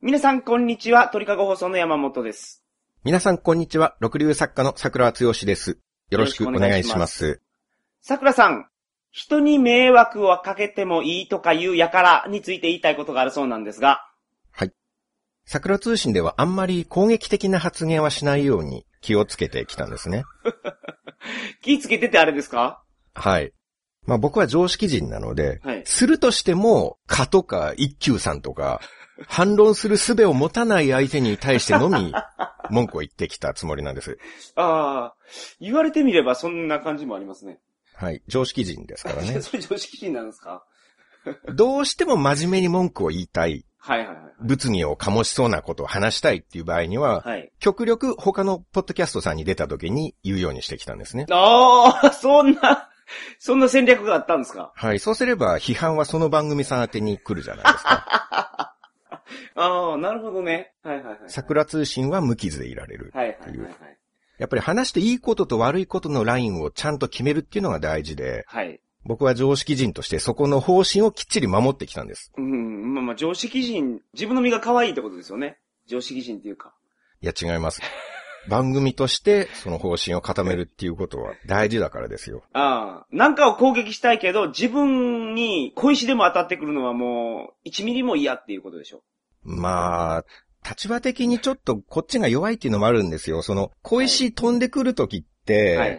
皆さんこんにちは。鳥かご放送の山本です。 皆さんこんにちは。六流作家の桜剛です。よろしくお願いします。 桜さん、人に迷惑をかけてもいいとかいう輩について言いたいことがあるそうなんですが。 はい。桜通信ではあんまり攻撃的な発言はしないように気をつけてきたんですね。 気つけててあれですか？ はい。まあ僕は常識人なので、 はい、 するとしても、かとか一休さんとか、反論する術を持たない相手に対してのみ、文句を言ってきたつもりなんです。 ああ、言われてみればそんな感じもありますね。 はい。常識人ですからね。 それ常識人なんですか？ どうしても真面目に文句を言いたい。 はいはいはい。 物議を醸しそうなことを話したいっていう場合には、はい、極力他のポッドキャストさんに出た時に言うようにしてきたんですね。 ああ、そんな戦略があったんですか？ はい。そうすれば批判はその番組さん宛てに来るじゃないですか。 ああ、なるほどね。はいはいはい。 桜通信は無傷でいられるっていう。 はいはいはいはい。 やっぱり話していいことと悪いことのラインをちゃんと決めるっていうのが大事で、はい。僕は常識人としてそこの方針をきっちり守ってきたんです。 まあ常識人、自分の身が可愛いってことですよね。常識人っていうか。 いや違います。番組としてその方針を固めるっていうことは大事だからですよ。 ああ。なんかを攻撃したいけど、自分に小石でも当たってくるのはもう、1ミリも嫌っていうことでしょ。 まあ、立場的にちょっとこっちが弱いっていうのもあるんですよ。その、小石飛んでくるときって、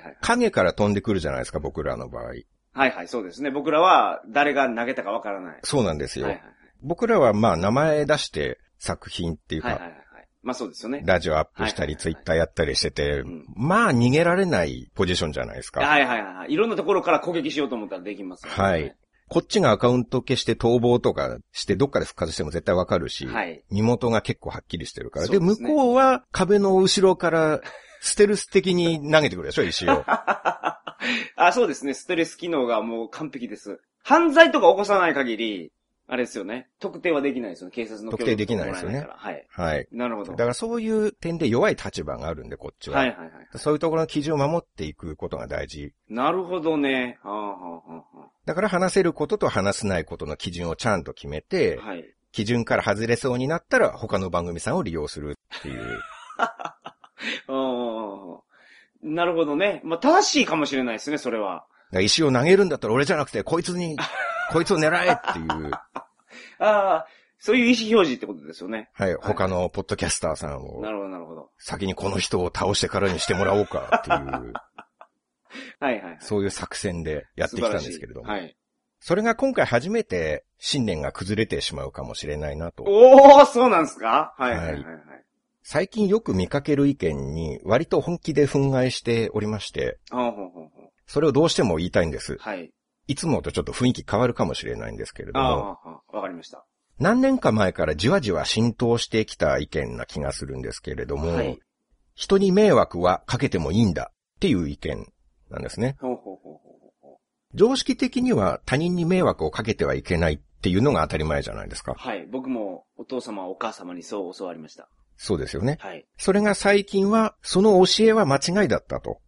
影から飛んでくるじゃないですか、僕らの場合。 はいはい、そうですね。僕らは誰が投げたかわからない。 そうなんですよ。はいはいはい、僕らはまあ名前出して作品っていうか、はいはいはい、 まあそうですよね。 ラジオアップしたり、ツイッターやったりしてて、まあ逃げられないポジションじゃないですか。 はいはいはい。いろんなところから攻撃しようと思ったらできますよね。 はい。こっちがアカウント消して逃亡とかしてどっかで復活しても絶対わかるし、はい、身元が結構はっきりしてるから。で、向こうは壁の後ろからステルス的に投げてくるでしょ、石を。 そうですね。ステルス機能がもう完璧です。犯罪とか起こさない限り、あれですよね。特定はできないですよね。警察の特定できないですよね。 はい。 はい。 なるほど。 だからそういう点で弱い立場があるんで、こっちは。はいはいはい。そういうところの基準を守っていくことが大事。 なるほどね。 だから話せることと話せないことの基準をちゃんと決めて、はい、基準から外れそうになったら他の番組さんを利用するっていう。 なるほどね。まあ、正しいかもしれないですね、それは。 石を投げるんだったら俺じゃなくて、こいつを狙えっていう。 そういう意思表示ってことですよね。 はい、他のポッドキャスターさんを。 なるほど、なるほど。 先にこの人を倒してからにしてもらおうかっていう。 はいはい。 そういう作戦でやってきたんですけれども。 はい。 それが今回初めて信念が崩れてしまうかもしれないなと。 おー、そうなんですか？はいはいはい。 最近よく見かける意見に割と本気で憤慨しておりまして、それをどうしても言いたいんです。はい。いつもとちょっと雰囲気変わるかもしれないんですけれども、 わかりました。 何年か前からじわじわ浸透してきた意見な気がするんですけれども、はい、人に迷惑はかけてもいいんだっていう意見なんですね。常識的には他人に迷惑をかけてはいけないっていうのが当たり前じゃないですか。 はい。僕もお父様お母様にそう教わりました。 そうですよね。はい。それが最近は、その教えは間違いだったと。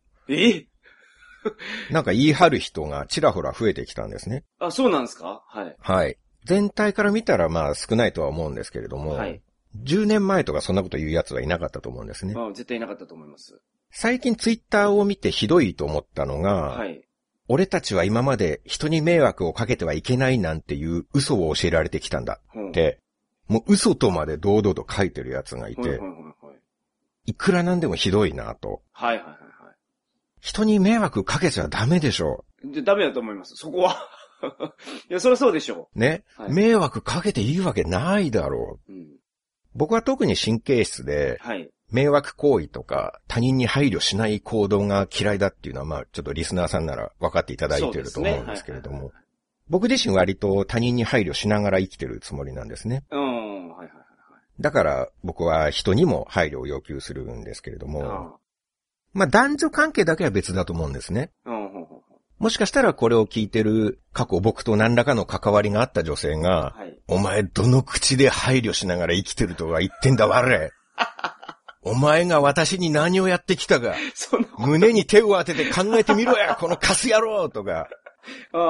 なんか言い張る人がちらほら増えてきたんですね。 そうなんですか？はい。 はい。全体から見たらまあ少ないとは思うんですけれども、はい。10年前とかそんなこと言う奴はいなかったと思うんですね。 絶対いなかったと思います。 最近ツイッターを見てひどいと思ったのが、はい。俺たちは今まで人に迷惑をかけてはいけないなんていう嘘を教えられてきたんだって、もう嘘とまで堂々と書いてる奴がいて、いくらなんでもひどいなと。はいはいはいはい。人に迷惑かけちゃダメでしょ。 ダメだと思います。そこは。いや、そりゃそうでしょう。 ね、はい。迷惑かけていいわけないだろう。僕は特に神経質で、はい。迷惑行為とか他人に配慮しない行動が嫌いだっていうのはまあちょっとリスナーさんなら分かっていただいてると思うんですけれども、僕自身割と他人に配慮しながら生きてるつもりなんですね。はいはいはい。だから僕は人にも配慮を要求するんですけれども、まあ男女関係だけは別だと思うんですね。もしかしたらこれを聞いてる過去僕と何らかの関わりがあった女性が、はい、お前どの口で配慮しながら生きてるとは言ってんだ我れ。お前が私に何をやってきたか、胸に手を当てて考えてみろや、このカス野郎とか、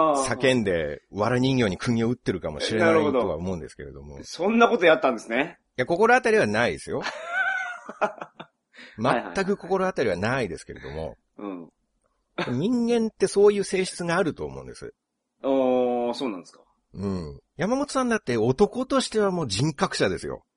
叫んで、藁人形に釘を打ってるかもしれないとは思うんですけれども。 そんなことやったんですね。 や、心当たりはないですよ。全く心当たりはないですけれども。うん。人間ってそういう性質があると思うんです。 そうなんですか。 うん。山本さんだって男としてはもう人格者ですよ。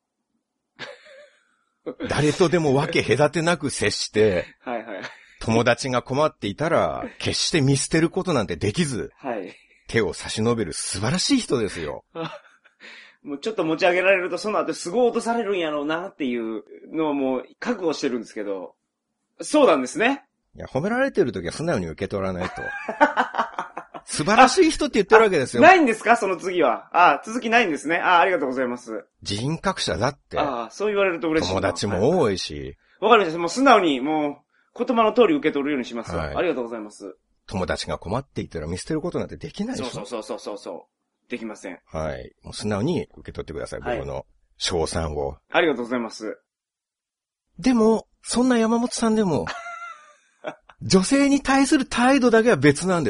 誰とでも分け隔てなく接して、はいはい。友達が困っていたら、決して見捨てることなんてできず、はい。手を差し伸べる素晴らしい人ですよ。 もうちょっと持ち上げられるとその後すごい落とされるんやろうなっていうのをもう覚悟してるんですけど、そうなんですね。 いや、褒められてるときは素直に受け取らないと。素晴らしい人って言ってるわけですよ。 ないんですかその次は。続きないんですね。ありがとうございます。 人格者だって。 そう言われると嬉しい。 友達も多いし。 わかりました。もう素直に、もう、言葉の通り受け取るようにします。はい、ありがとうございます。 友達が困っていたら見捨てることなんてできないでしょ。 そう。できません。 はい。もう素直に受け取ってください。僕の称賛を。 ありがとうございます。 でも、そんな山本さんでも、女性に対する態度だけは別なんです。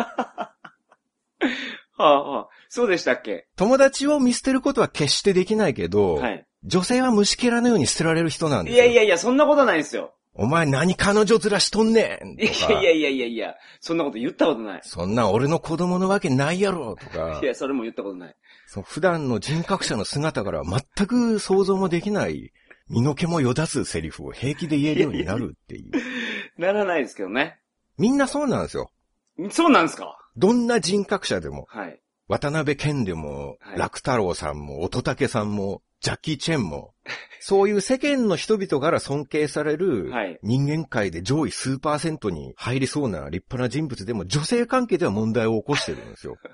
そうでしたっけ？ 友達を見捨てることは決してできないけど、はい、女性は虫けらのように捨てられる人なんですよ。 いや、そんなことないですよ。 お前何彼女面しとんねんとか。 いや、そんなこと言ったことない。 そんな俺の子供のわけないやろとか。 いや、それも言ったことない。 普段の人格者の姿から全く想像もできない、身の毛もよだつセリフを平気で言えるようになるっていう。 ならないですけどね。 みんなそうなんですよ。 そうなんですか？ どんな人格者でも。はい。渡辺謙でも、はい、楽太郎さんも、乙武さんも、ジャッキー・チェンも、そういう世間の人々から尊敬される、人間界で上位数%に入りそうな立派な人物でも、女性関係では問題を起こしてるんですよ。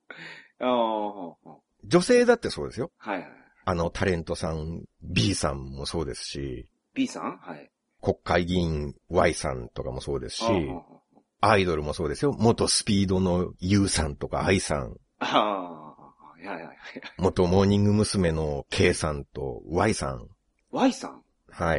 女性だってそうですよ。はいはい。タレントさん、B さんもそうですし、 B さん？はい。 国会議員 Y さんとかもそうですし、アイドルもそうですよ。元スピードの U さんとか I さん。元モーニング娘。の K さんと Y さん。 Y さん？ はい。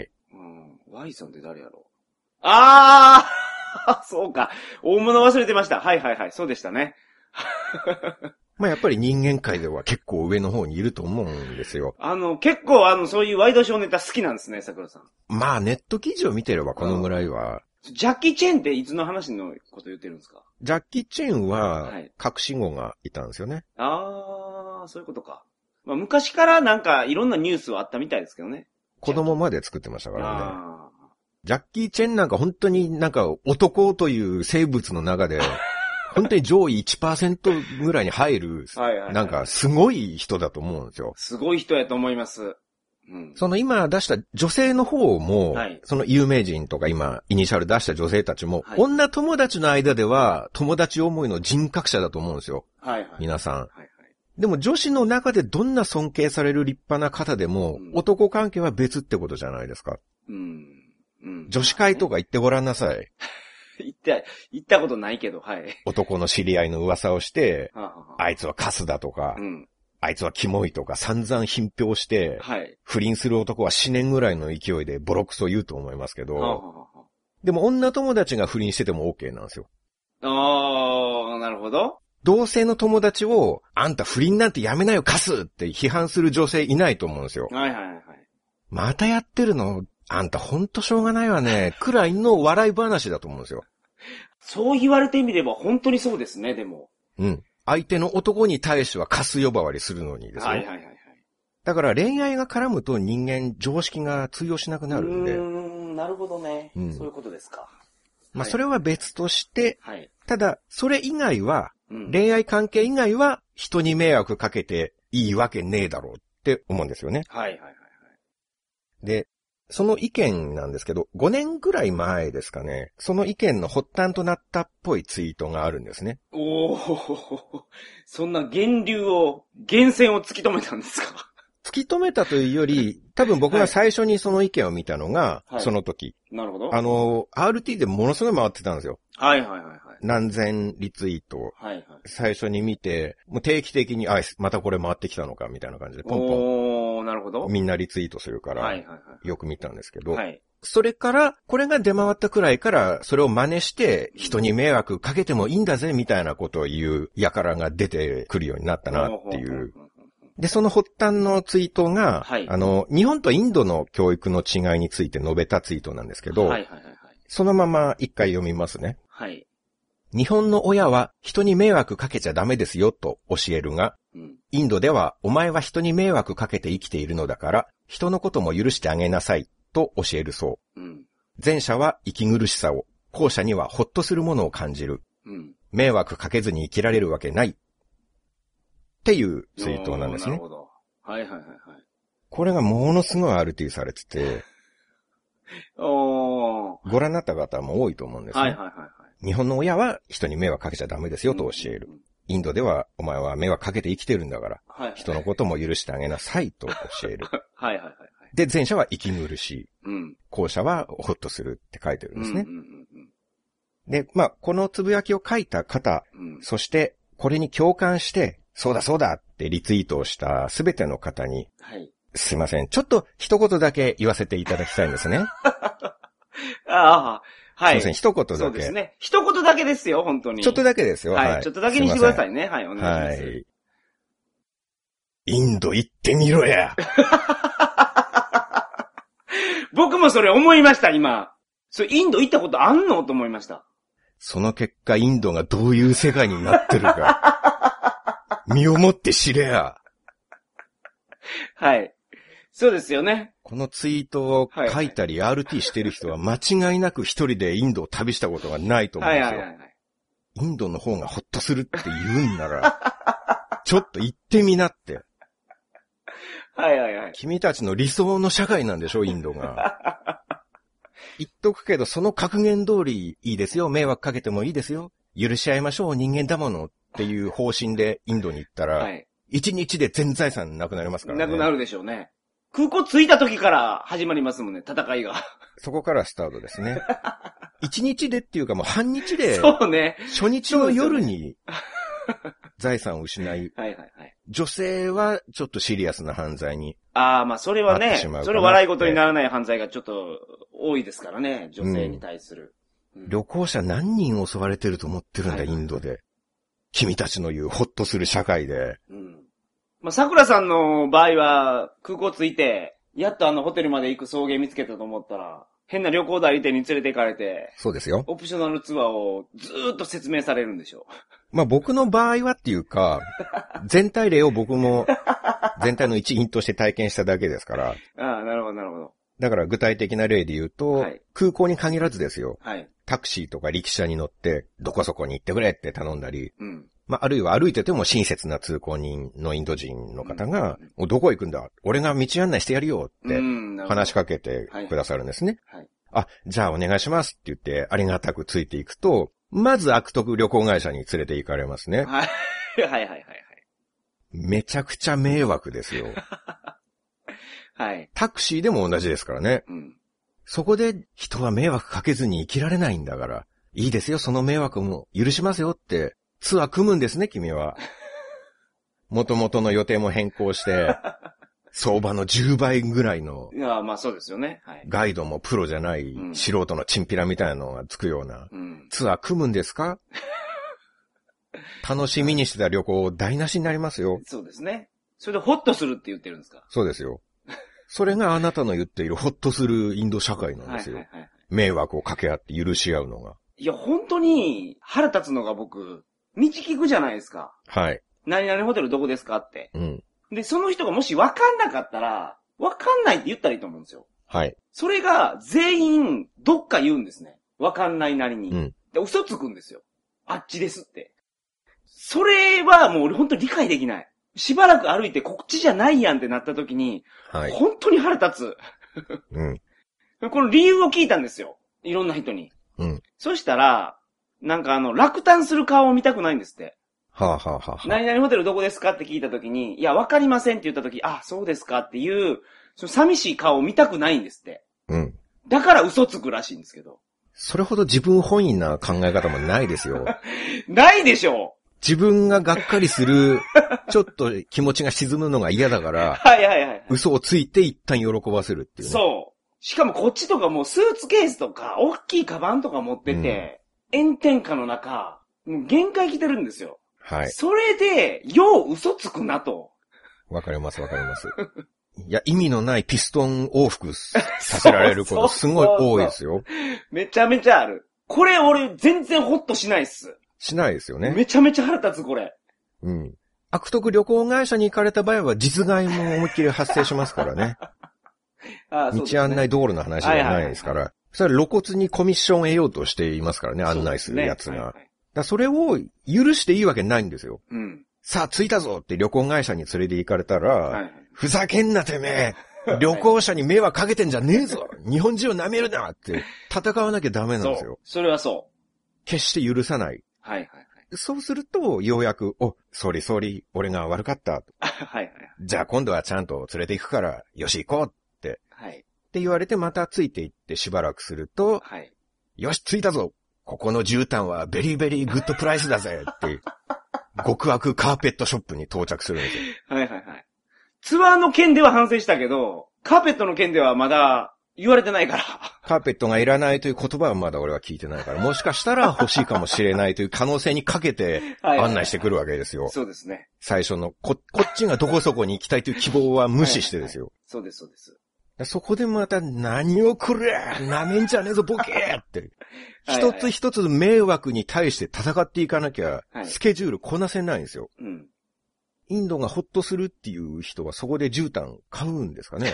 Y さんって誰やろう？そうか。大物忘れてました。はい、そうでしたね。 まあやっぱり人間界では結構上の方にいると思うんですよ。 結構そういうワイドショーネタ好きなんですね、桜さん。 まあネット記事を見てればこのぐらいは。 ジャッキー・チェンっていつの話のこと言ってるんですか？ ジャッキー・チェンは隠し子がいたんですよね。 そういうことか。まあ昔からなんかいろんなニュースはあったみたいですけどね。 子供まで作ってましたからね。ジャッキー・チェンなんか本当になんか男という生物の中で、本当に上位 1% ぐらいに入る、なんかすごい人だと思うんですよ。 すごい人やと思います。 うん、その今出した女性の方も、その有名人とか今イニシャル出した女性たちも、女友達の間では友達思いの人格者だと思うんですよ。皆さん。でも女子の中でどんな尊敬される立派な方でも、男関係は別ってことじゃないですか。女子会とか行ってごらんなさい。 行ったことないけど、はい。 男の知り合いの噂をして、あいつはカスだとか、あいつはキモいとか散々品評して、不倫する男は死ねんぐらいの勢いでボロクソ言うと思いますけど、でも女友達が不倫してても OK なんですよ。 なるほど。 同性の友達を、あんた不倫なんてやめなよカスって批判する女性いないと思うんですよ。またやってるのあんたほんとしょうがないわね。くらいの笑い話だと思うんですよ。 そう言われてみれば本当にそうですね、でも。 うん。相手の男に対してはカス呼ばわりするのにですね。だから恋愛が絡むと人間常識が通用しなくなるんで。 なるほどね。そういうことですか。 まあそれは別として、ただそれ以外は、恋愛関係以外は人に迷惑かけていいわけねえだろうって思うんですよね。で、その意見なんですけど、5年ぐらい前ですかね、その意見の発端となったっぽいツイートがあるんですね。 そんな源泉を突き止めたんですか？ 突き止めたというより、多分僕が最初にその意見を見たのが、その時。 なるほど。 RT でものすごい回ってたんですよ。何千リツイート。最初に見て、もう定期的に、またこれ回ってきたのか、みたいな感じで、ポンポン。 なるほど。 みんなリツイートするから、よく見たんですけど、それから、これが出回ったくらいから、それを真似して、人に迷惑かけてもいいんだぜ、みたいなことを言う輩が出てくるようになったなっていう。 で、その発端のツイートが、はい、日本とインドの教育の違いについて述べたツイートなんですけど、はいはいはいはい、そのまま一回読みますね。はい。日本の親は人に迷惑かけちゃダメですよと教えるが、うん、インドではお前は人に迷惑かけて生きているのだから、人のことも許してあげなさいと教えるそう。うん、前者は息苦しさを、後者にはほっとするものを感じる。うん、迷惑かけずに生きられるわけない。っていうツイートなんですね。なるほど。はいはいはいはい。これがものすごいRTされてて、ご覧になった方も多いと思うんですね。はいはいはいはい。日本の親は人に迷惑かけちゃダメですよと教える。インドではお前は迷惑かけて生きてるんだから、はいはい、人のことも許してあげなさいと教える。はいはいはい。で、前者は息苦しい。うん、後者はホッとするって書いてるんですね。うんうんうんうん、で、まあ、このつぶやきを書いた方、うん、そしてこれに共感して、そうだそうだってリツイートをしたすべての方に、はい、すいません。ちょっと一言だけ言わせていただきたいんですね。 ああ、はい。 すいません、一言だけ。 そうですね。一言だけですよ、本当に。 ちょっとだけですよ。 はい。はい、ちょっとだけにしてくださいね。はい、お願いします。はい。 インド行ってみろや。 僕もそれ思いました、今。それインド行ったことあんのと思いました。 その結果、インドがどういう世界になってるか。身をもって知れや。 はい。そうですよね。 このツイートを書いたり RT してる人は間違いなく一人でインドを旅したことがないと思うんですよ。はいはいはいはい、インドの方がホッとするって言うんなら、ちょっと行ってみなって。 はいはいはい。 君たちの理想の社会なんでしょ、インドが。言っとくけど、その格言通りいいですよ。迷惑かけてもいいですよ。許し合いましょう、人間だものっていう方針でインドに行ったら、はい、1日で全財産なくなりますからね。 なくなるでしょうね。空港着いた時から始まりますもんね、戦いが。 そこからスタートですね。1日でっていうかもう半日で、 そうね。 初日の夜に財産を失い、はいはいはい、女性はちょっとシリアスな犯罪に。 ああ、まあそれはね、それ笑い事にならない犯罪がちょっと多いですからね、女性に対する。 うん、旅行者何人襲われてると思ってるんだ、はいはい、インドで。君たちの言うホッとする社会で。うん、 まあ、桜さんの場合は空港着いて、やっとホテルまで行く送迎見つけたと思ったら、変な旅行代理店に連れて行かれて、 そうですよ。 オプショナルツアーをずーっと説明されるんでしょう。 まあ僕の場合はっていうか、全体例を僕も全体の一員として体験しただけですから。 ああ、なるほどなるほど。 だから具体的な例で言うと、はい、空港に限らずですよ。はい、タクシーとか力車に乗って、どこそこに行ってくれって頼んだり、うん、まあ、あるいは歩いてても親切な通行人のインド人の方が、うん、どこ行くんだ俺が道案内してやるよって話しかけてくださるんですね。はいはい、あ、じゃあお願いしますって言ってありがたくついていくと、まず悪徳旅行会社に連れて行かれますね。 はい。はいはいはいはい。 めちゃくちゃ迷惑ですよ。 はい。 タクシーでも同じですからね。うん。そこで人は迷惑かけずに生きられないんだから、いいですよ、その迷惑も許しますよって、ツアー組むんですね、君は。元々の予定も変更して、相場の10倍ぐらいの。 いや、まあそうですよね。 はい。ガイドもプロじゃない、うん、素人のチンピラみたいなのがつくような、うん、ツアー組むんですか？楽しみにしてた旅行台無しになりますよ。 そうですね。それでホッとするって言ってるんですか？ そうですよ。それがあなたの言っているホッとするインド社会なんですよ。はいはいはい、迷惑を掛け合って許し合うのが。 いや、本当に腹立つのが僕、道聞くじゃないですか。 はい。 何々ホテルどこですかって。うん。で、その人がもし分かんなかったら、分かんないって言ったらいいと思うんですよ。 はい。 それが全員どっか言うんですね。分かんないなりに。うん。で、嘘つくんですよ。あっちですって。それはもう俺本当に理解できない。しばらく歩いてこっちじゃないやんってなった時に、はい。本当に腹立つ。うん。この理由を聞いたんですよ。いろんな人に。うん。そしたら、なんか落胆する顔を見たくないんですって。 はあ、はあはあ、 何々ホテルどこですかって聞いたときに、いや、わかりませんって言ったとき、あ、そうですかっていう、その寂しい顔を見たくないんですって。うん。だから嘘つくらしいんですけど。 それほど自分本位な考え方もないですよ。 ないでしょう。 自分ががっかりする、ちょっと気持ちが沈むのが嫌だから、 はいはいはい。 嘘をついて一旦喜ばせるっていう、ね。 そう。しかもこっちとかもうスーツケースとか、大きいカバンとか持ってて、炎天下の中、もう限界来てるんですよ。はい。それで、よう嘘つくなと。 わかります。いや、意味のないピストン往復させられることすごい多いですよ。 めちゃめちゃある。これ俺全然ホッとしないっす。 しないですよね。 めちゃめちゃ腹立つこれ。 うん。悪徳旅行会社に行かれた場合は実害も思いっきり発生しますからね。道案内道路の話じゃないですから。それは露骨にコミッションを得ようとしていますからね、案内するやつが。だそれを許していいわけないんですよ。 うん、 さあ着いたぞって旅行会社に連れて行かれたら、ふざけんなてめえ旅行者に迷惑かけてんじゃねえぞ日本人を舐めるなって戦わなきゃダメなんですよ。 それはそう。 決して許さない。そうすると、ようやく、ソーリー、俺が悪かった。じゃあ今度はちゃんと連れて行くから、よし行こうって。って言われてまたついて行ってしばらくすると、よし着いたぞここの絨毯はベリーベリーグッドプライスだぜって、極悪カーペットショップに到着するんですよ。 ツアーの件では反省したけど、カーペットの件ではまだ言われてないから。 カーペットがいらないという言葉はまだ俺は聞いてないから、もしかしたら欲しいかもしれないという可能性にかけて案内してくるわけですよ。 そうですね。 最初のこっちがどこそこに行きたいという希望は無視してですよ。 そうです。 そこでまた何をくれなめんじゃねえぞボケーって。一つ一つ迷惑に対して戦っていかなきゃ、スケジュールこなせないんですよ。インドがホッとするっていう人はそこで絨毯買うんですかね。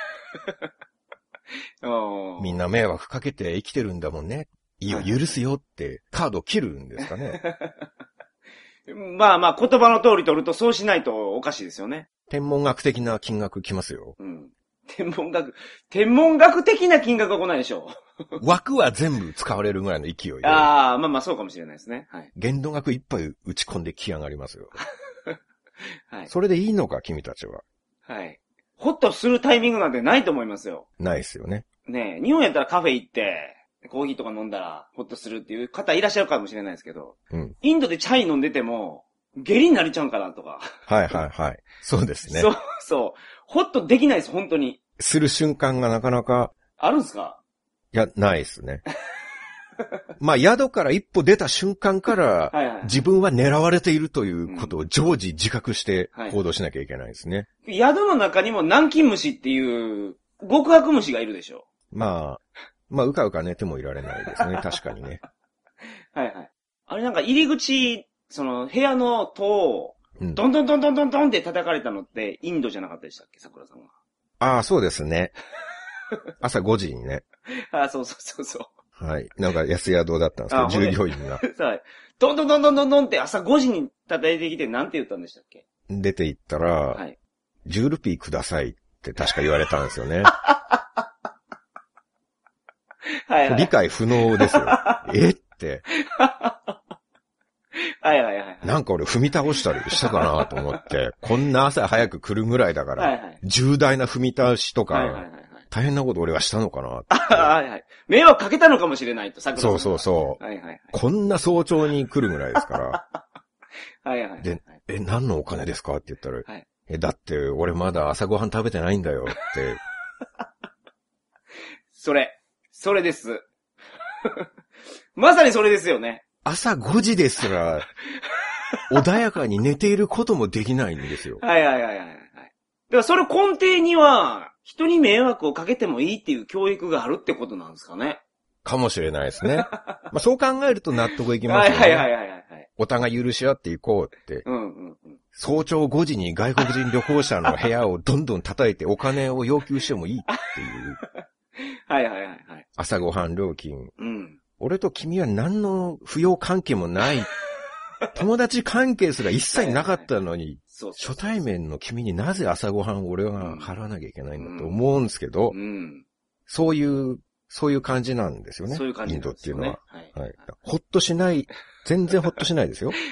みんな迷惑かけて生きてるんだもんね。いいよ、許すよってカード切るんですかね。 まあ言葉の通り取るとそうしないとおかしいですよね。 天文学的な金額きますよ。 天文学的な金額は来ないでしょう。枠は全部使われるぐらいの勢いで。 そうかもしれないですね。 限度額いっぱい打ち込んできやがりますよ。それでいいのか、君たちは。 ホッとするタイミングなんてないと思いますよ。 ないですよね。 ねえ、日本やったらカフェ行って、コーヒーとか飲んだらホッとするっていう方いらっしゃるかもしれないですけど、インドでチャイ飲んでても、下痢になりちゃうんかなとか。そうですね。そう。ホッとできないです、本当に。 する瞬間がなかなか。 あるんすか？ いや、ないですね。宿から一歩出た瞬間から、自分は狙われているということを常時自覚して行動しなきゃいけないですね。 宿の中にも南京虫っていう極悪虫がいるでしょ。 うかうか寝てもいられないですね、確かにね。 あれなんか入り口、その部屋の戸を、ドンドンドンドンドンドンって叩かれたのってインドじゃなかったでしたっけ、桜さんは。 そうですね。朝5時にね。 そう。 なんか安宿だったんですけど、従業員が。 ドンドンドンドンドンドンって朝5時に叩いてきてなんて言ったんでしたっけ？ 出て行ったら、10ルピーくださいって確か言われたんですよね。理解不能ですよ。って。なんか俺踏み倒したりしたかなと思って、こんな朝早く来るぐらいだから、重大な踏み倒しとか、大変なこと俺はしたのかなって。 迷惑かけたのかもしれないと、桜さん。 そう。こんな早朝に来るぐらいですから。で、何のお金ですかって言ったら、だって俺まだ朝ごはん食べてないんだよって。 それです。まさにそれですよね。 朝5時ですら、穏やかに寝ていることもできないんですよ。 だからそれ根底には、人に迷惑をかけてもいいっていう教育があるってことなんですかね。 かもしれないですね。そう考えると納得いきますよね。お互い許し合っていこうって。早朝5時に外国人旅行者の部屋をどんどん叩いてお金を要求してもいいっていう。朝ごはん料金。俺と君は何の扶養関係もない。友達関係すら一切なかったのに、初対面の君になぜ朝ごはんを俺が払わなきゃいけないんだと思うんですけど、そういう感じなんですよね。インドっていうのは。ほっとしない、全然ほっとしないですよ。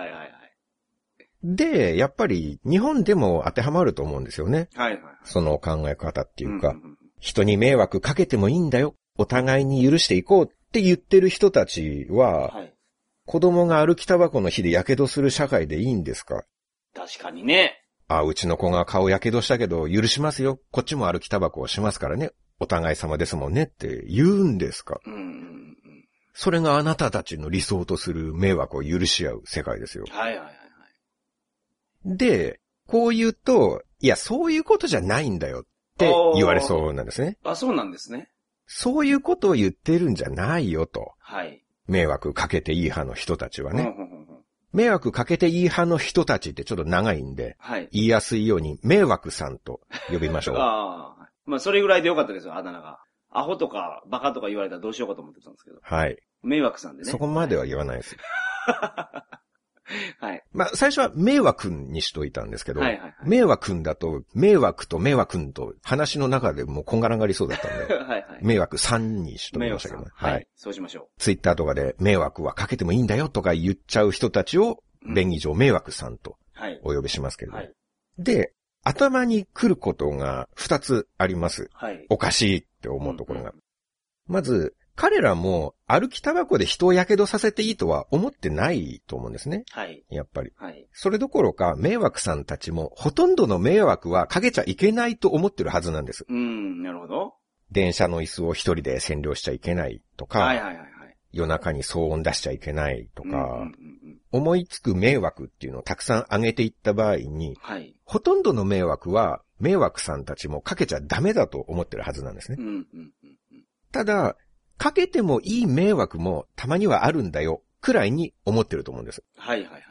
で、やっぱり日本でも当てはまると思うんですよね。その考え方っていうか、人に迷惑かけてもいいんだよ。お互いに許していこうって言ってる人たちは、子供が歩きタバコの火で火傷する社会でいいんですか？ 確かにね。 うちの子が顔火傷したけど許しますよ。こっちも歩きタバコをしますからね。お互い様ですもんねって言うんですか？それがあなたたちの理想とする迷惑を許し合う世界ですよ。で、 こう言うと、いや、そういうことじゃないんだよって言われそうなんですね。 あ、そうなんですね。 そういうことを言ってるんじゃないよと。 はい。 迷惑かけていい派の人たちはね。迷惑かけていい派の人たちってちょっと長いんで、はい、言いやすいように迷惑さんと呼びましょう。 ああ。まあ、それぐらいでよかったですよ、あだ名が。アホとかバカとか言われたらどうしようかと思ってたんですけど。 はい。 迷惑さんでね。 そこまでは言わないです。 はい。 まあ、最初は迷惑にしといたんですけど、 はいはいはい、 迷惑だと、迷惑と迷惑と話の中でもうこんがらがりそうだったんで、はいはい、迷惑さんにしときましたけどね。 はい。そうしましょう。 ツイッターとかで迷惑はかけてもいいんだよとか言っちゃう人たちを、便宜上迷惑さんとお呼びしますけど、はい、で、頭に来ることが2つあります。はい、おかしいって思うところが。まず、彼らも歩きタバコで人を火傷させていいとは思ってないと思うんですね。はい。やっぱり。はい。それどころか迷惑さんたちもほとんどの迷惑はかけちゃいけないと思ってるはずなんです。 なるほど。 電車の椅子を一人で占領しちゃいけないとか、はいはいはいはい。夜中に騒音出しちゃいけないとか、思いつく迷惑っていうのをたくさん挙げていった場合に、はい。ほとんどの迷惑は迷惑さんたちもかけちゃダメだと思ってるはずなんですね。ただ、かけてもいい迷惑もたまにはあるんだよ、くらいに思ってると思うんです。はいはいはいはい。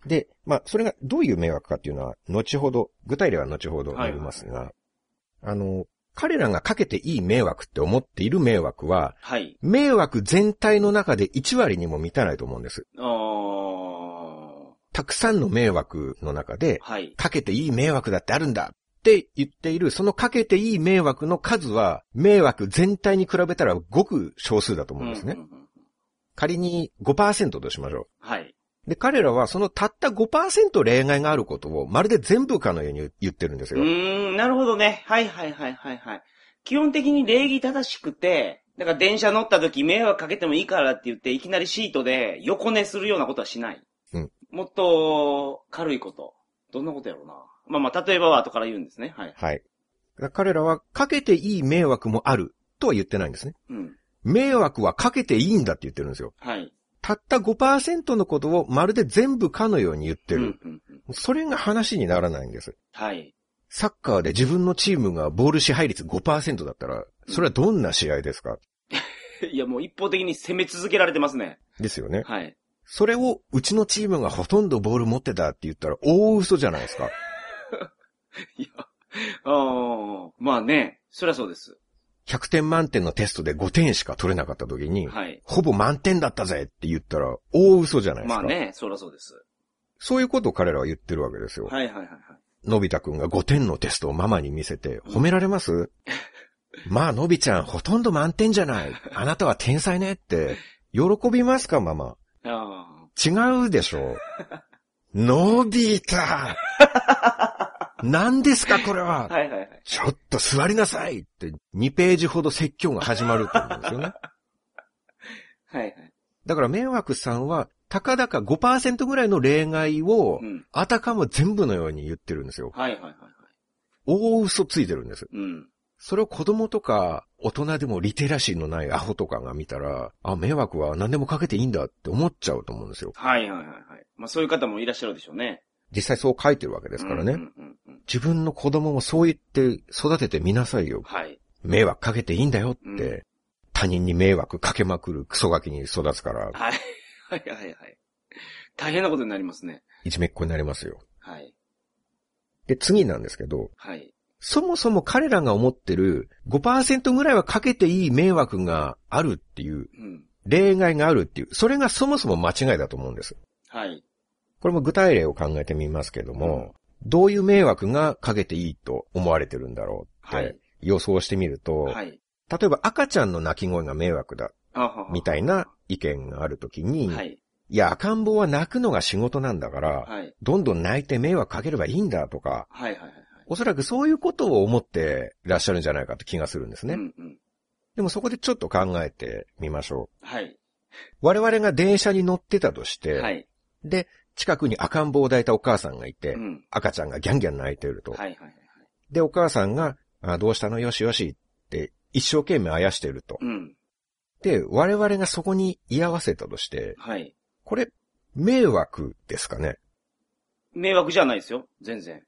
で、まあ、それがどういう迷惑かっていうのは、後ほど、具体例は後ほど述べますが、彼らがかけていい迷惑って思っている迷惑は、はい。迷惑全体の中で1割にも満たないと思うんです。たくさんの迷惑の中で、はい。かけていい迷惑だってあるんだ。って言っている、そのかけていい迷惑の数は、迷惑全体に比べたらごく少数だと思うんですね。仮に 5% としましょう。はい。で、彼らはそのたった 5% 例外があることをまるで全部かのように言ってるんですよ。 なるほどね。はいはいはいはいはい。基本的に礼儀正しくて、だから電車乗った時迷惑かけてもいいからって言って、いきなりシートで横寝するようなことはしない。うん。もっと軽いこと。どんなことやろうな。まあまあ、例えばは後から言うんですね。はい。はい。 彼らはかけていい迷惑もあるとは言ってないんですね。うん。迷惑はかけていいんだって言ってるんですよ。はい。たった 5% のことをまるで全部かのように言ってる。それが話にならないんです。はい。サッカーで自分のチームがボール支配率 5% だったら、それはどんな試合ですか？ いや、もう一方的に攻め続けられてますね。 ですよね。はい。それをうちのチームがほとんどボール持ってたって言ったら大嘘じゃないですか。 いや、まあね、そりゃそうです。 100点満点のテストで5点しか取れなかった時に、はい、ほぼ満点だったぜって言ったら大嘘じゃないですか。 まあね、そりゃそうです。 そういうことを彼らは言ってるわけですよ。はいはいはい、はい。のび太くんが5点のテストをママに見せて褒められます？まあのびちゃんほとんど満点じゃない。あなたは天才ねって喜びますかママ？違うでしょ。のび太何ですかこれは。はいはいはい。ちょっと座りなさいって2ページほど説教が始まると思うんですよね。はいはい。だから迷惑さんはたかだか 5% ぐらいの例外を、あたかも全部のように言ってるんですよ。はいはいはい。大嘘ついてるんです。うん。それを子供とか大人でもリテラシーのないアホとかが見たら、あ、迷惑は何でもかけていいんだって思っちゃうと思うんですよ。はいはいはいはい。まあそういう方もいらっしゃるでしょうね。実際そう書いてるわけですからね。自分の子供もそう言って育ててみなさいよ。はい。迷惑かけていいんだよって、他人に迷惑かけまくるクソガキに育つから。はい。はいはいはい。 大変なことになりますね。 いじめっ子になりますよ。はい。で、次なんですけど。はい。そもそも彼らが思ってる 5% ぐらいはかけていい迷惑があるっていう、例外があるっていう、それがそもそも間違いだと思うんです。はい。これも具体例を考えてみますけども、どういう迷惑がかけていいと思われてるんだろうって予想してみると、はい、例えば赤ちゃんの泣き声が迷惑だ、みたいな意見があるときに、はい、いや、赤ん坊は泣くのが仕事なんだから、はい、どんどん泣いて迷惑かければいいんだとか、はいはいはい、おそらくそういうことを思っていらっしゃるんじゃないかって気がするんですね。うんうん、でもそこでちょっと考えてみましょう。はい、我々が電車に乗ってたとして、はい、で、近くに赤ん坊を抱いたお母さんがいて、赤ちゃんがギャンギャン泣いてると。はいはいはい、で、お母さんが、どうしたのよしよしって一生懸命あやしてると。で、我々がそこに居合わせたとして、はい、これ、迷惑ですかね？ 迷惑じゃないですよ、全然。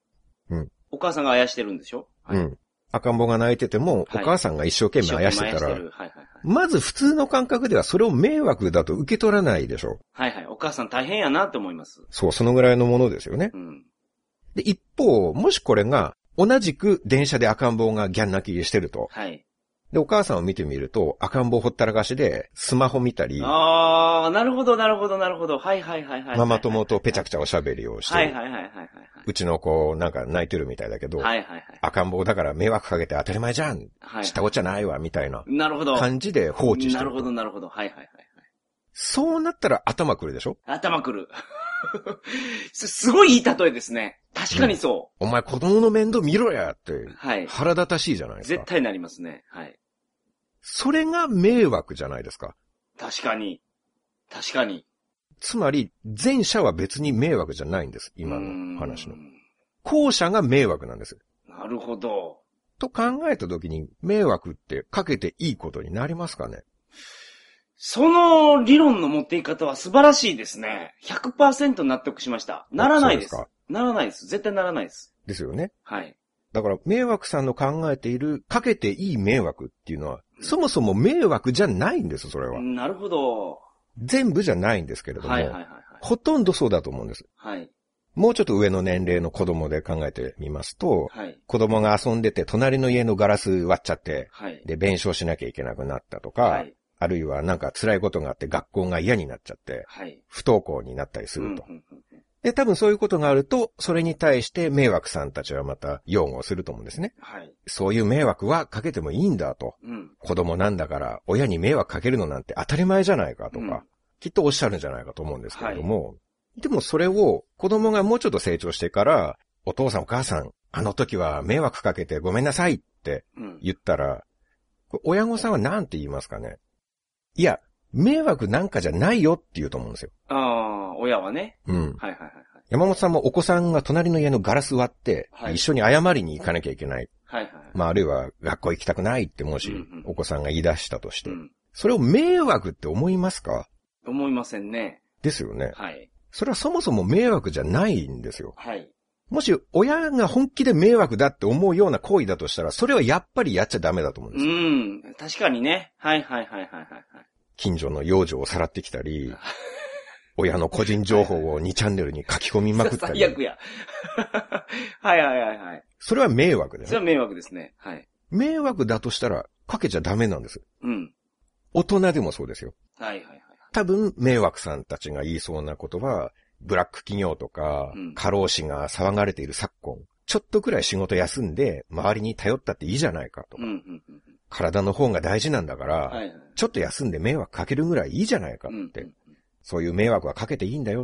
うん。 お母さんがあやしてるんでしょ？ はい、うん。赤ん坊が泣いてても、お母さんが一生懸命あやしてたら、まず普通の感覚ではそれを迷惑だと受け取らないでしょ。 はいはい。お母さん大変やなって思います。 そう、そのぐらいのものですよね。うん。で、一方、もしこれが、同じく電車で赤ん坊がギャン泣きしてると。はい。で、お母さんを見てみると、赤ん坊ほったらかしで、スマホ見たり。 ああ、なるほど、なるほど、なるほど。はいはいはいはい。 ママ友とペチャクチャおしゃべりをして。 はいはいはいはい。 うちの子、なんか泣いてるみたいだけど。はいはいはい。赤ん坊だから迷惑かけて当たり前じゃん。はい。知ったこっちゃないわ、みたいな。 なるほど。 感じで放置してる。 なるほど、なるほど。はいはいはい。 そうなったら頭くるでしょ？ 頭くる。すごいいい例えですね。確かにそう。 お前子供の面倒見ろやって。はい。腹立たしいじゃないですか。 絶対なりますね。はい。 それが迷惑じゃないですか。 確かに。確かに。 つまり、前者は別に迷惑じゃないんです。今の話の。後者が迷惑なんです。 なるほど。 と考えたときに、迷惑ってかけていいことになりますかね？ その理論の持ってい方は素晴らしいですね。100% 納得しました。ならないです。ならないです。絶対ならないです。 ですよね。 はい。 だから、迷惑さんの考えている、かけていい迷惑っていうのは、そもそも迷惑じゃないんです、それは。 なるほど。 全部じゃないんですけれども、はいはいはいはい、ほとんどそうだと思うんです。はい。もうちょっと上の年齢の子供で考えてみますと、はい、子供が遊んでて隣の家のガラス割っちゃって、はい、で、弁償しなきゃいけなくなったとか、はい、あるいはなんか辛いことがあって学校が嫌になっちゃって、はい、不登校になったりすると。で、多分そういうことがあると、それに対して迷惑さんたちはまた擁護すると思うんですね。はい、そういう迷惑はかけてもいいんだと。うん、子供なんだから親に迷惑かけるのなんて当たり前じゃないかとか、うん、きっとおっしゃるんじゃないかと思うんですけれども、はい、でもそれを子供がもうちょっと成長してから、お父さんお母さん、あの時は迷惑かけてごめんなさいって言ったら、うん、親御さんは何て言いますかね。いや、迷惑なんかじゃないよって言うと思うんですよ。 ああ、親はね。うん。はいはいはい。 山本さんもお子さんが隣の家のガラス割って、はい、一緒に謝りに行かなきゃいけない。はいはい。まああるいは学校行きたくないってもし、お子さんが言い出したとして、うん、それを迷惑って思いますか？ 思いませんね。 ですよね。はい。それはそもそも迷惑じゃないんですよ。はい。もし親が本気で迷惑だって思うような行為だとしたら、それはやっぱりやっちゃダメだと思うんですよ。 うん。確かにね。はいはいはいはいはい。 近所の養女をさらってきたり、親の個人情報を2チャンネルに書き込みまくったり。 最悪や。はいはいはいはい。 それは迷惑だよね。 それは迷惑ですね。はい。 迷惑だとしたら、かけちゃダメなんです。うん。大人でもそうですよ。はいはいはい。多分、迷惑さんたちが言いそうなことは、ブラック企業とか、過労死が騒がれている昨今、ちょっとくらい仕事休んで、周りに頼ったっていいじゃないかとか、体の方が大事なんだから、はいはい、ちょっと休んで迷惑かけるぐらいいいじゃないかって、そういう迷惑はかけていいんだよって、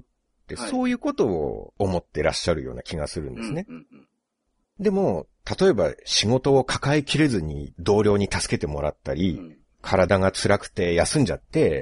はい、そういうことを思ってらっしゃるような気がするんですね。でも、例えば仕事を抱えきれずに同僚に助けてもらったり、体が辛くて休んじゃって、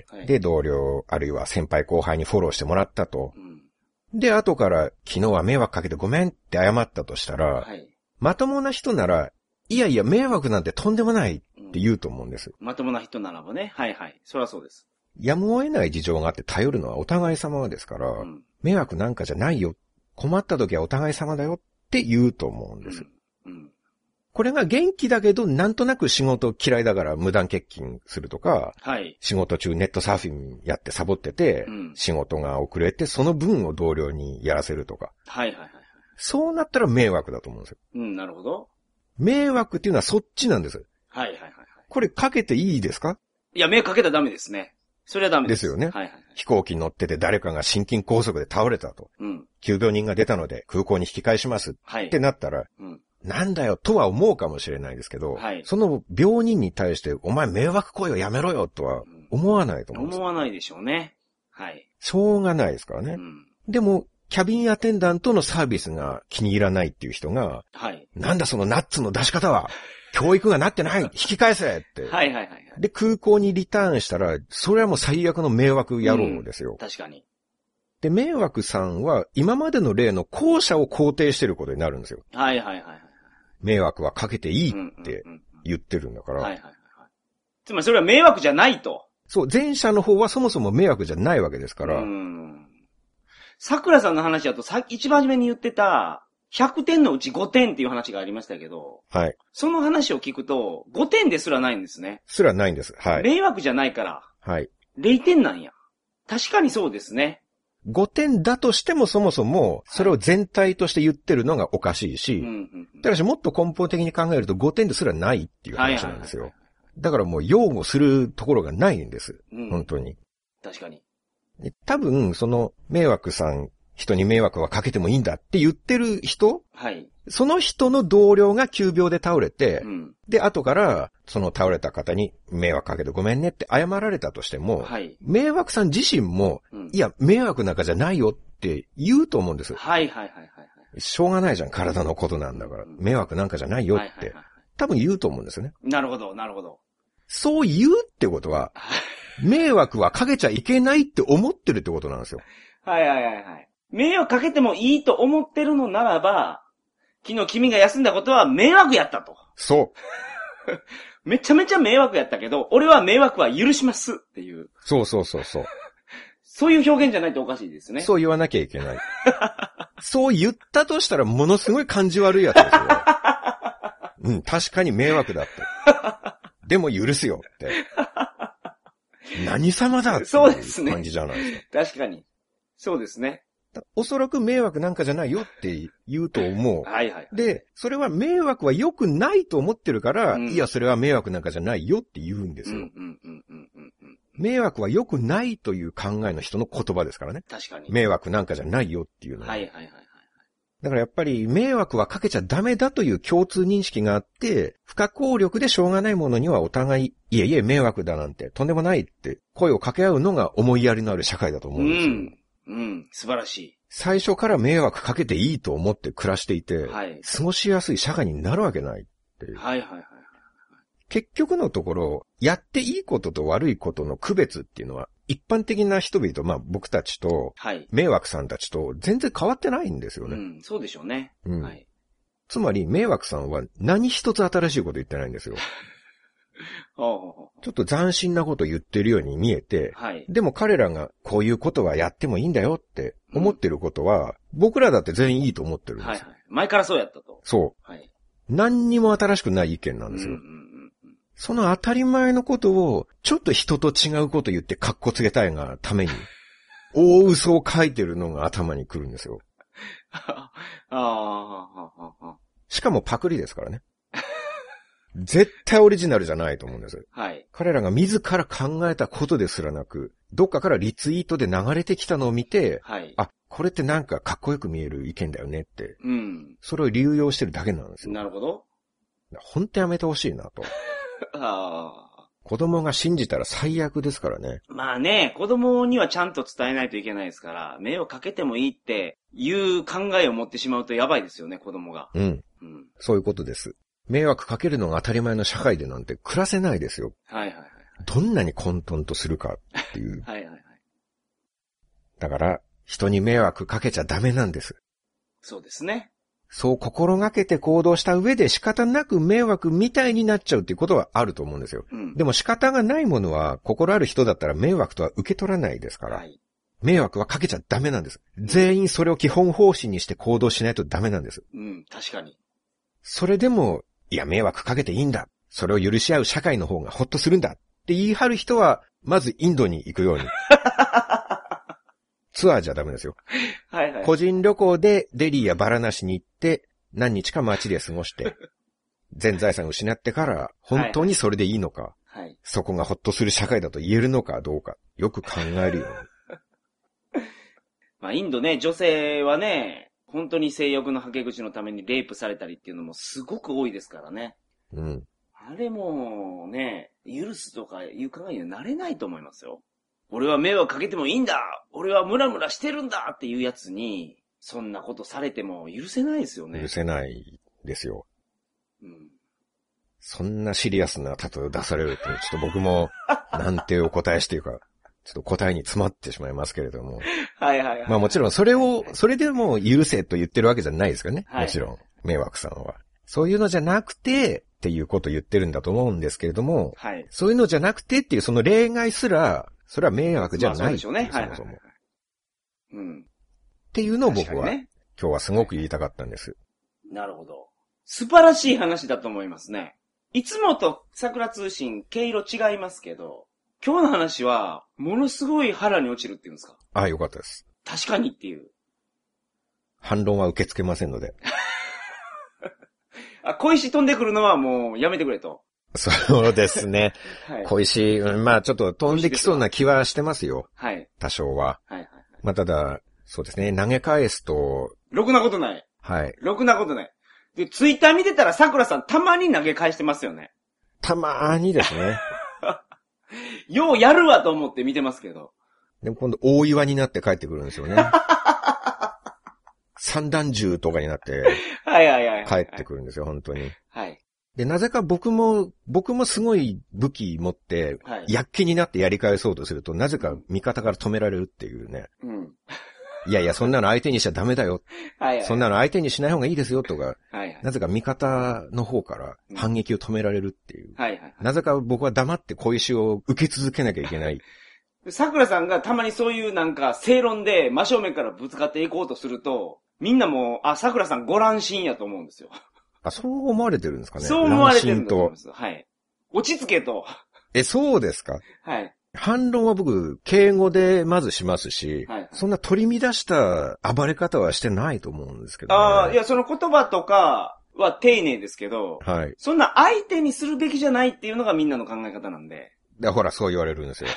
はい、で、同僚、あるいは先輩後輩にフォローしてもらったと。で、後から昨日は迷惑かけてごめんって謝ったとしたら、はい、まともな人なら、いやいや迷惑なんてとんでもないって言うと思うんです。 まともな人ならばね。はいはい。そりゃそうです。 やむを得ない事情があって頼るのはお互い様ですから、迷惑なんかじゃないよ。困った時はお互い様だよって言うと思うんです。これが元気だけど、なんとなく仕事嫌いだから無断欠勤するとか、はい、仕事中ネットサーフィンやってサボってて、仕事が遅れてその分を同僚にやらせるとか。はいはいはい。そうなったら迷惑だと思うんですよ。 なるほど。 迷惑っていうのはそっちなんです。 はいはいはい。 これかけていいですか？ いや、迷惑かけたらダメですね。それはダメです。 ですよね。はいはいはい。飛行機乗ってて誰かが心筋梗塞で倒れたと。急病人が出たので空港に引き返します。はい。ってなったら、なんだよとは思うかもしれないですけど、はい、その病人に対してお前迷惑行為をやめろよとは思わないと思うんです。 思わないでしょうね。はい。 しょうがないですからね。でも、キャビンアテンダントのサービスが気に入らないっていう人が、はい。なんだそのナッツの出し方は、教育がなってない引き返せって。はいはいはい、はい。で、空港にリターンしたら、それはもう最悪の迷惑野郎ですよ。 確かに。 で、迷惑さんは今までの例の後者を肯定してることになるんですよ。 はいはいはい。 迷惑はかけていいって言ってるんだから。はいはいはい。 つまりそれは迷惑じゃないと。 そう、前者の方はそもそも迷惑じゃないわけですから。 桜さんの話だと一番初めに言ってた、 100点のうち5点っていう話がありましたけど、 はい。 その話を聞くと、5点ですらないんですね。 すらないんです。はい。 迷惑じゃないから。 はい。 0点なんや。確かにそうですね。 5点だとしてもそもそも、それを全体として言ってるのがおかしいし、だからもっと根本的に考えると5点ですらないっていう話なんですよ。だからもう擁護するところがないんです。本当に。 確かに。 多分、その迷惑さん、人に迷惑はかけてもいいんだって言ってる人、 はい。 その人の同僚が急病で倒れて、で、後から、その倒れた方に迷惑かけてごめんねって謝られたとしても、はい、迷惑さん自身も、いや、迷惑なんかじゃないよって言うと思うんです。 はいはいはいはい。 しょうがないじゃん、体のことなんだから。迷惑なんかじゃないよって、多分言うと思うんですよね。 なるほど、なるほど。 そう言うってことは、迷惑はかけちゃいけないって思ってるってことなんですよ。 はいはいはいはい。迷惑かけてもいいと思ってるのならば、昨日君が休んだことは迷惑やったと。 そう。 めちゃめちゃ迷惑やったけど、俺は迷惑は許しますっていう。 そうそうそうそう。 そういう表現じゃないとおかしいですね。 そう言わなきゃいけない。そう言ったとしたらものすごい感じ悪いやつですよ。うん、確かに迷惑だって。でも許すよって。何様だっていう感じじゃないですか。 確かに。そうですね。 おそらく迷惑なんかじゃないよって言うと思う。 はいはい。 で、それは迷惑は良くないと思ってるから、いや、それは迷惑なんかじゃないよって言うんですよ。迷惑は良くないという考えの人の言葉ですからね。 確かに。 迷惑なんかじゃないよっていうのは。 はいはいはい。 だからやっぱり迷惑はかけちゃダメだという共通認識があって、不可抗力でしょうがないものにはお互い、いえいえ迷惑だなんてとんでもないって声を掛け合うのが思いやりのある社会だと思うんですよ。 素晴らしい。 最初から迷惑かけていいと思って暮らしていて、過ごしやすい社会になるわけないっていう。結局のところ、やっていいことと悪いことの区別っていうのは、一般的な人々、まあ僕たちと、迷惑さんたちと全然変わってないんですよね。 そうでしょうね。 つまり迷惑さんは何一つ新しいこと言ってないんですよ。ちょっと斬新なこと言ってるように見えて、でも彼らがこういうことはやってもいいんだよって思ってることは、僕らだって全員いいと思ってるんですよ。 前からそうやったと。 そう。何にも新しくない意見なんですよ。その当たり前のことを、ちょっと人と違うこと言ってカッコつけたいがために、大嘘を書いてるのが頭に来るんですよ。しかもパクリですからね。絶対オリジナルじゃないと思うんです。彼らが自ら考えたことですらなく、どっかからリツイートで流れてきたのを見て、あ、これってなんかかっこよく見える意見だよねって、それを流用してるだけなんですよ。 なるほど。 本当やめてほしいなと。子供が信じたら最悪ですからね。 まあね、子供にはちゃんと伝えないといけないですから、迷惑かけてもいいっていう考えを持ってしまうとやばいですよね、子供が。 そういうことです。迷惑かけるのが当たり前の社会でなんて暮らせないですよ。どんなに混沌とするかっていう。だから、人に迷惑かけちゃダメなんです。 そうですね。 そう心がけて行動した上で仕方なく迷惑みたいになっちゃうっていうことはあると思うんですよ。でも仕方がないものは心ある人だったら迷惑とは受け取らないですから。迷惑はかけちゃダメなんです。全員それを基本方針にして行動しないとダメなんです。 確かに。 それでも、いや迷惑かけていいんだ。それを許し合う社会の方がほっとするんだって言い張る人は、まずインドに行くように。ツアーじゃダメですよ。個人旅行でデリーやバラナシに行って何日か街で過ごして、全財産を失ってから本当にそれでいいのか、そこがほっとする社会だと言えるのかどうか、よく考えるように。 まあインドね、女性はね、本当に性欲のはけ口のためにレイプされたりっていうのもすごく多いですからね。あれもね、許すとかいう考えにはなれないと思いますよ。俺は迷惑かけてもいいんだ、俺はムラムラしてるんだっていうやつに、そんなことされても許せないですよね。 許せないですよ。そんなシリアスな例えを出されると、ちょっと僕も、なんてお答えしていうか、ちょっと答えに詰まってしまいますけれども。まあもちろんそれでも許せと言ってるわけじゃないですからね。もちろん、迷惑さんは。そういうのじゃなくて、っていうことを言ってるんだと思うんですけれども、そういうのじゃなくてっていうその例外すら、それは迷惑じゃない。そうでしょうね。そもそも。っていうのを僕は、今日はすごく言いたかったんです。 なるほど。素晴らしい話だと思いますね。いつもと桜通信、毛色違いますけど、今日の話は、ものすごい腹に落ちるっていうんですか？ ああ、よかったです。 確かにっていう。 反論は受け付けませんので。 小石飛んでくるのはもうやめてくれと。 そうですね。はい、小石、まあちょっと飛んできそうな気はしてますよ。 はい。 多少は。 はいはいはい。 まあただ、そうですね、投げ返すと。 ろくなことない。 はい。 ろくなことない。で、ツイッター見てたら桜さんたまに投げ返してますよね。 たまにですね。 ようやるわと思って見てますけど。 でも今度大岩になって帰ってくるんですよね。散弾銃とかになって、 はいはいはい。 帰ってくるんですよ、本当に。 はい。 で、なぜか僕もすごい武器持って、躍起になってやり返そうとすると、なぜか味方から止められるっていうね。うん。いやいや、そんなの相手にしちゃダメだよ。はいはい。そんなの相手にしない方がいいですよとか、はいはい。なぜか味方の方から反撃を止められるっていう。はいはい。なぜか僕は黙って小石を受け続けなきゃいけない。 桜さんがたまにそういうなんか正論で真正面からぶつかっていこうとすると、みんなも桜さんご乱心やと思うんですよ。 そう思われてるんですかね。 そう思われてるんだと思います。はい。落ち着けと。 そうですか？ はい。 反論は僕、敬語でまずしますし、はい、そんな取り乱した暴れ方はしてないと思うんですけど、ね。 いや、その言葉とかは丁寧ですけど、はい。そんな相手にするべきじゃないっていうのがみんなの考え方なんで。 ほら、そう言われるんですよ。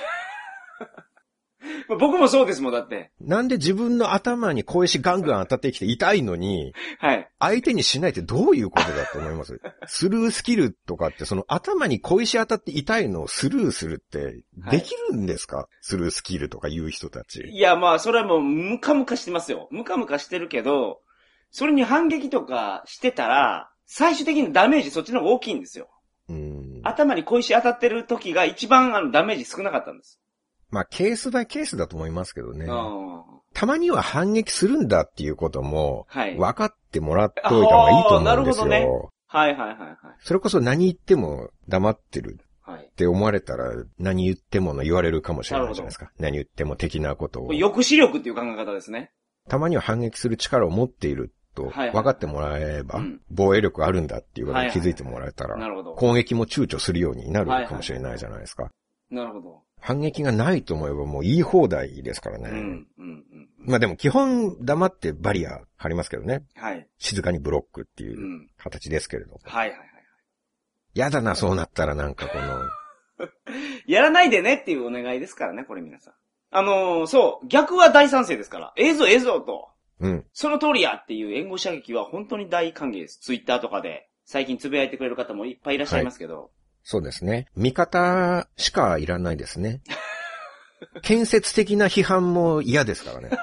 僕もそうですもん、だって。 なんで自分の頭に小石ガンガン当たってきて痛いのに、はい。相手にしないってどういうことだと思います？スルースキルとかって、その頭に小石当たって痛いのをスルーするって、できるんですか？はい、スルースキルとか言う人たち。 いや、まあ、それはもう、ムカムカしてますよ。ムカムカしてるけど、それに反撃とかしてたら、最終的にダメージそっちの方が大きいんですよ。頭に小石当たってる時が一番ダメージ少なかったんです。 まあ、ケースバイケースだと思いますけどね。たまには反撃するんだっていうことも、分かってもらっといた方がいいと思うんですよ。なるほどね。 はいはいはいはい。 それこそ何言っても黙ってるって思われたら、何言ってもの言われるかもしれないじゃないですか。何言っても的なことを。 抑止力っていう考え方ですね。 たまには反撃する力を持っていると分かってもらえば、防衛力あるんだっていうことに気づいてもらえたら、攻撃も躊躇するようになるかもしれないじゃないですか。 なるほど。 反撃がないと思えばもう言い放題ですからね。まあでも基本黙ってバリア張りますけどね。はい。静かにブロックっていう形ですけれど。 はいはいはい。 やだな、そうなったらなんかこの。 やらないでねっていうお願いですからね、これ皆さん。そう、逆は大賛成ですから。ええぞと。うん。その通りやっていう援護射撃は本当に大歓迎です。ツイッターとかで最近つぶやいてくれる方もいっぱいいらっしゃいますけど。はい、 そうですね。味方しかいらないですね。建設的な批判も嫌ですからね。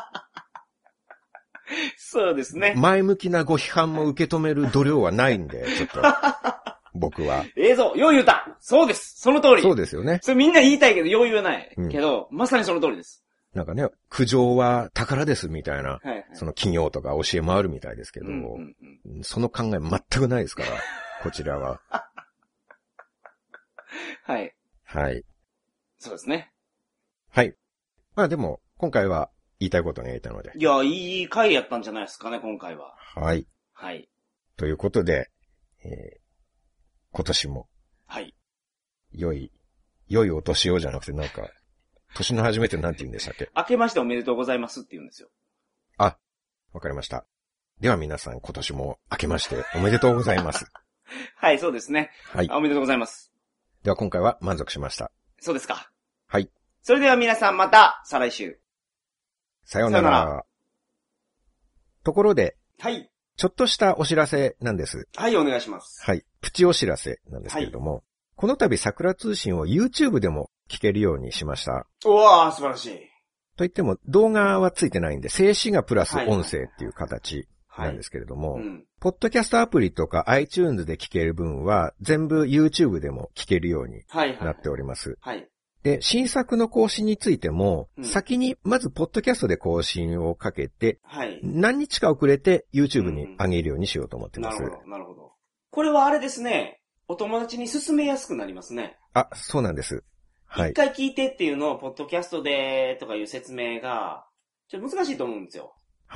そうですね。 前向きなご批判も受け止める度量はないんで、ちょっと。僕は。 よう言うた。そうです。その通り。 そうですよね。 それみんな言いたいけど、よう言わない。けど、まさにその通りです。 なんかね、苦情は宝ですみたいな、その企業とか教えもあるみたいですけど、その考え全くないですから、こちらは。 はい。 はい。 そうですね。 はい。まあでも、今回は言いたいことが言えたので。 いや、いい回やったんじゃないですかね、今回は。 はい。 はい。 ということで、今年も。 はい。 良いお年をじゃなくてなんか、年の初めてなんて言うんでしたっけ？ 明けましておめでとうございますって言うんですよ。 あ、わかりました。では皆さん今年も明けましておめでとうございます。 はい、そうですね。 はい。 おめでとうございます。 では今回は満足しました。 そうですか。 はい。 それでは皆さんまた、再来週。 さようなら。ところで、 はい。 ちょっとしたお知らせなんです。 はい、お願いします。 はい。プチお知らせなんですけれども、はい、この度桜通信を YouTube でも聞けるようにしました。 うわー、素晴らしい。 といっても動画はついてないんで、静止画プラス音声っていう形なんですけれども、ポッドキャストアプリとか iTunes で聞ける分は全部 YouTube でも聞けるようになっております。 はい。 で、新作の更新についても、先にまずポッドキャストで更新をかけて、はい、何日か遅れて YouTube に上げるようにしようと思ってます。 なるほど、なるほど。これはあれですね、お友達に勧めやすくなりますね。 あ、そうなんです。はい。 一回聞いてっていうのをポッドキャストでとかいう説明が、ちょっと難しいと思うんですよ。 はい。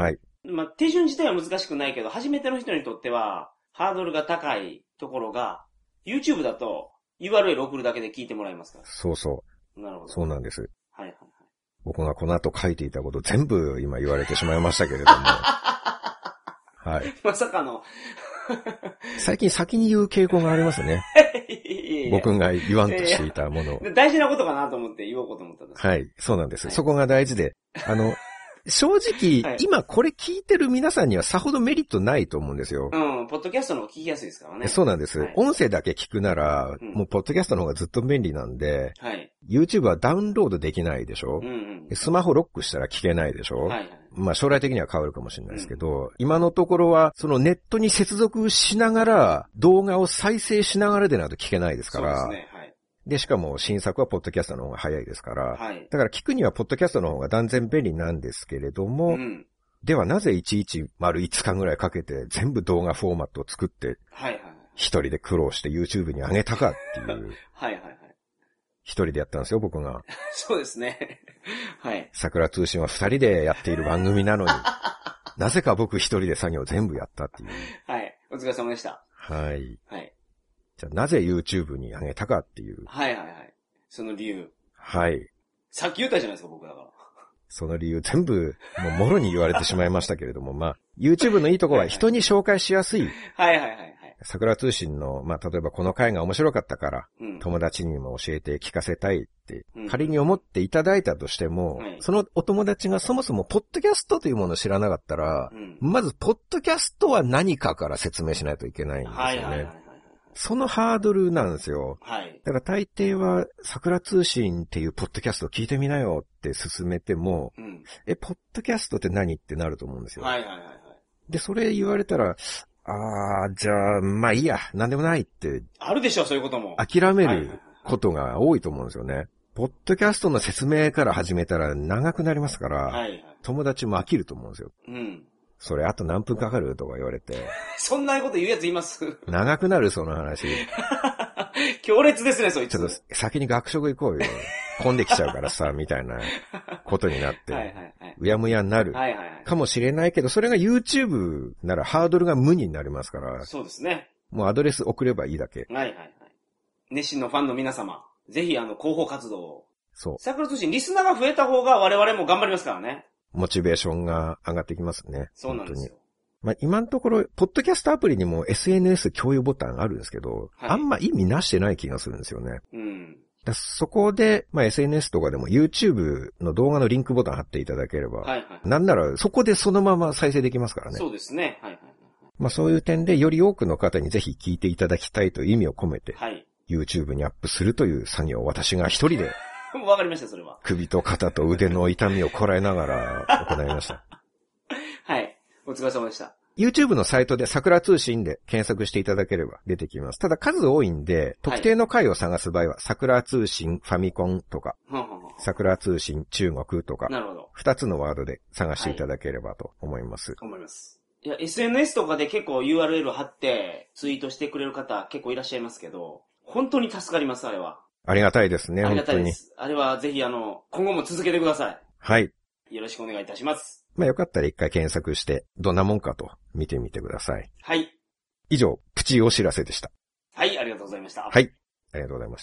まあ、手順自体は難しくないけど、初めての人にとっては、ハードルが高いところが、YouTube だと URL 送るだけで聞いてもらえますから。 そうそう。 なるほど。 そうなんです。 はいはいはい。 僕がこの後書いていたこと全部今言われてしまいましたけれども。はい。 まさかの。 最近先に言う傾向がありますね。僕が言わんとしていたもの。 大事なことかなと思って言おうと思ったんです。 はい、そうなんです。はい、そこが大事で。正直、はい、今これ聞いてる皆さんにはさほどメリットないと思うんですよ。 うん、ポッドキャストの方が聞きやすいですからね。 そうなんです。はい、音声だけ聞くなら、もうポッドキャストの方がずっと便利なんで、 はい、 YouTube はダウンロードできないでしょ、 うんうん、 スマホロックしたら聞けないでしょ、 はいはい、 まあ将来的には変わるかもしれないですけど、今のところはそのネットに接続しながら動画を再生しながらでないと聞けないですから、 そうですね。 で、しかも新作はポッドキャストの方が早いですから、 はい、 だから聞くにはポッドキャストの方が断然便利なんですけれども、うん、ではなぜ1丸5日ぐらいかけて全部動画フォーマットを作って、一人で苦労して YouTube に上げたかっていう。 はいはいはい。 一人でやったんですよ、僕が。 そうですね。はい。 桜通信は二人でやっている番組なのに、なぜか僕一人で作業全部やったっていう。 はい。お疲れ様でした。 はい。 はい。 じゃあなぜ YouTube に上げたかっていう。 はいはいはい。その理由。 はい。 さっき言ったじゃないですか、僕だから。 その理由全部、もうもろに言われてしまいましたけれども、まあ、YouTube のいいところは人に紹介しやすい。 はいはいはい。 桜通信の、まあ、例えばこの回が面白かったから、友達にも教えて聞かせたいって、仮に思っていただいたとしても、そのお友達がそもそもポッドキャストというものを知らなかったら、まずポッドキャストは何かから説明しないといけないんですよね。そのハードルなんですよ。 はい。 だから大抵は、桜通信っていうポッドキャストを聞いてみなよって勧めても、ポッドキャストって何ってなると思うんですよ。 はいはいはい。 で、それ言われたら、じゃあ、まあいいや、なんでもないって。 あるでしょ、そういうことも。 諦めることが多いと思うんですよね。ポッドキャストの説明から始めたら長くなりますから、 はいはい、 友達も飽きると思うんですよ。 うん。 それあと何分かかるとか言われて。 そんなこと言うやついます？ 長くなるその話。 強烈ですね、そいつ。 ちょっと先に学食行こうよ。混んできちゃうからさ、みたいなことになって。 はいはいはい、 うやむやになる。 はいはいはい。 かもしれないけど、それが YouTube ならハードルが無になりますから。 そうですね。 もうアドレス送ればいいだけ。 はいはいはい。熱心のファンの皆様、ぜひ広報活動を。 そう。 桜通信、リスナーが増えた方が我々も頑張りますからね。 モチベーションが上がってきますね。 そうなんですよ。 まあ、今のところ、ポッドキャストアプリにも SNS 共有ボタンあるんですけど、はい、あんま意味なしてない気がするんですよね。 うん。 そこで、まあ、SNS とかでも YouTube の動画のリンクボタン貼っていただければ、 はいはい、 なんならそこでそのまま再生できますからね。 そうですね。はいはい。 まあ、そういう点でより多くの方にぜひ聞いていただきたいという意味を込めて、 はい、 YouTube にアップするという作業を私が一人で、 わかりました、それは。 首と肩と腕の痛みをこらえながら行いました。 はい。お疲れ様でした。 YouTube のサイトで桜通信で検索していただければ出てきます。ただ数多いんで、特定の回を探す場合は、桜通信ファミコンとか、桜通信中国とか、 なるほど。 2つのワードで探していただければと思います。 思います。いや、SNS とかで結構 URL 貼ってツイートしてくれる方結構いらっしゃいますけど、本当に助かります、あれは。 ありがたいですね、 ありがたいです。あれはぜひ今後も続けてください。 はい。 よろしくお願いいたします。 まあよかったら一回検索して、どんなもんかと見てみてください。 はい。 以上、プチお知らせでした。 はい、ありがとうございました。 はい、ありがとうございました。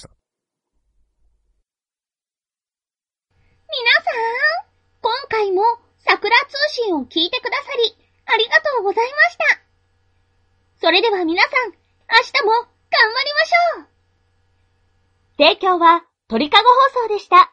皆さん、今回も桜通信を聞いてくださり、ありがとうございました。それでは皆さん、明日も頑張りましょう。提供は鳥かご放送でした。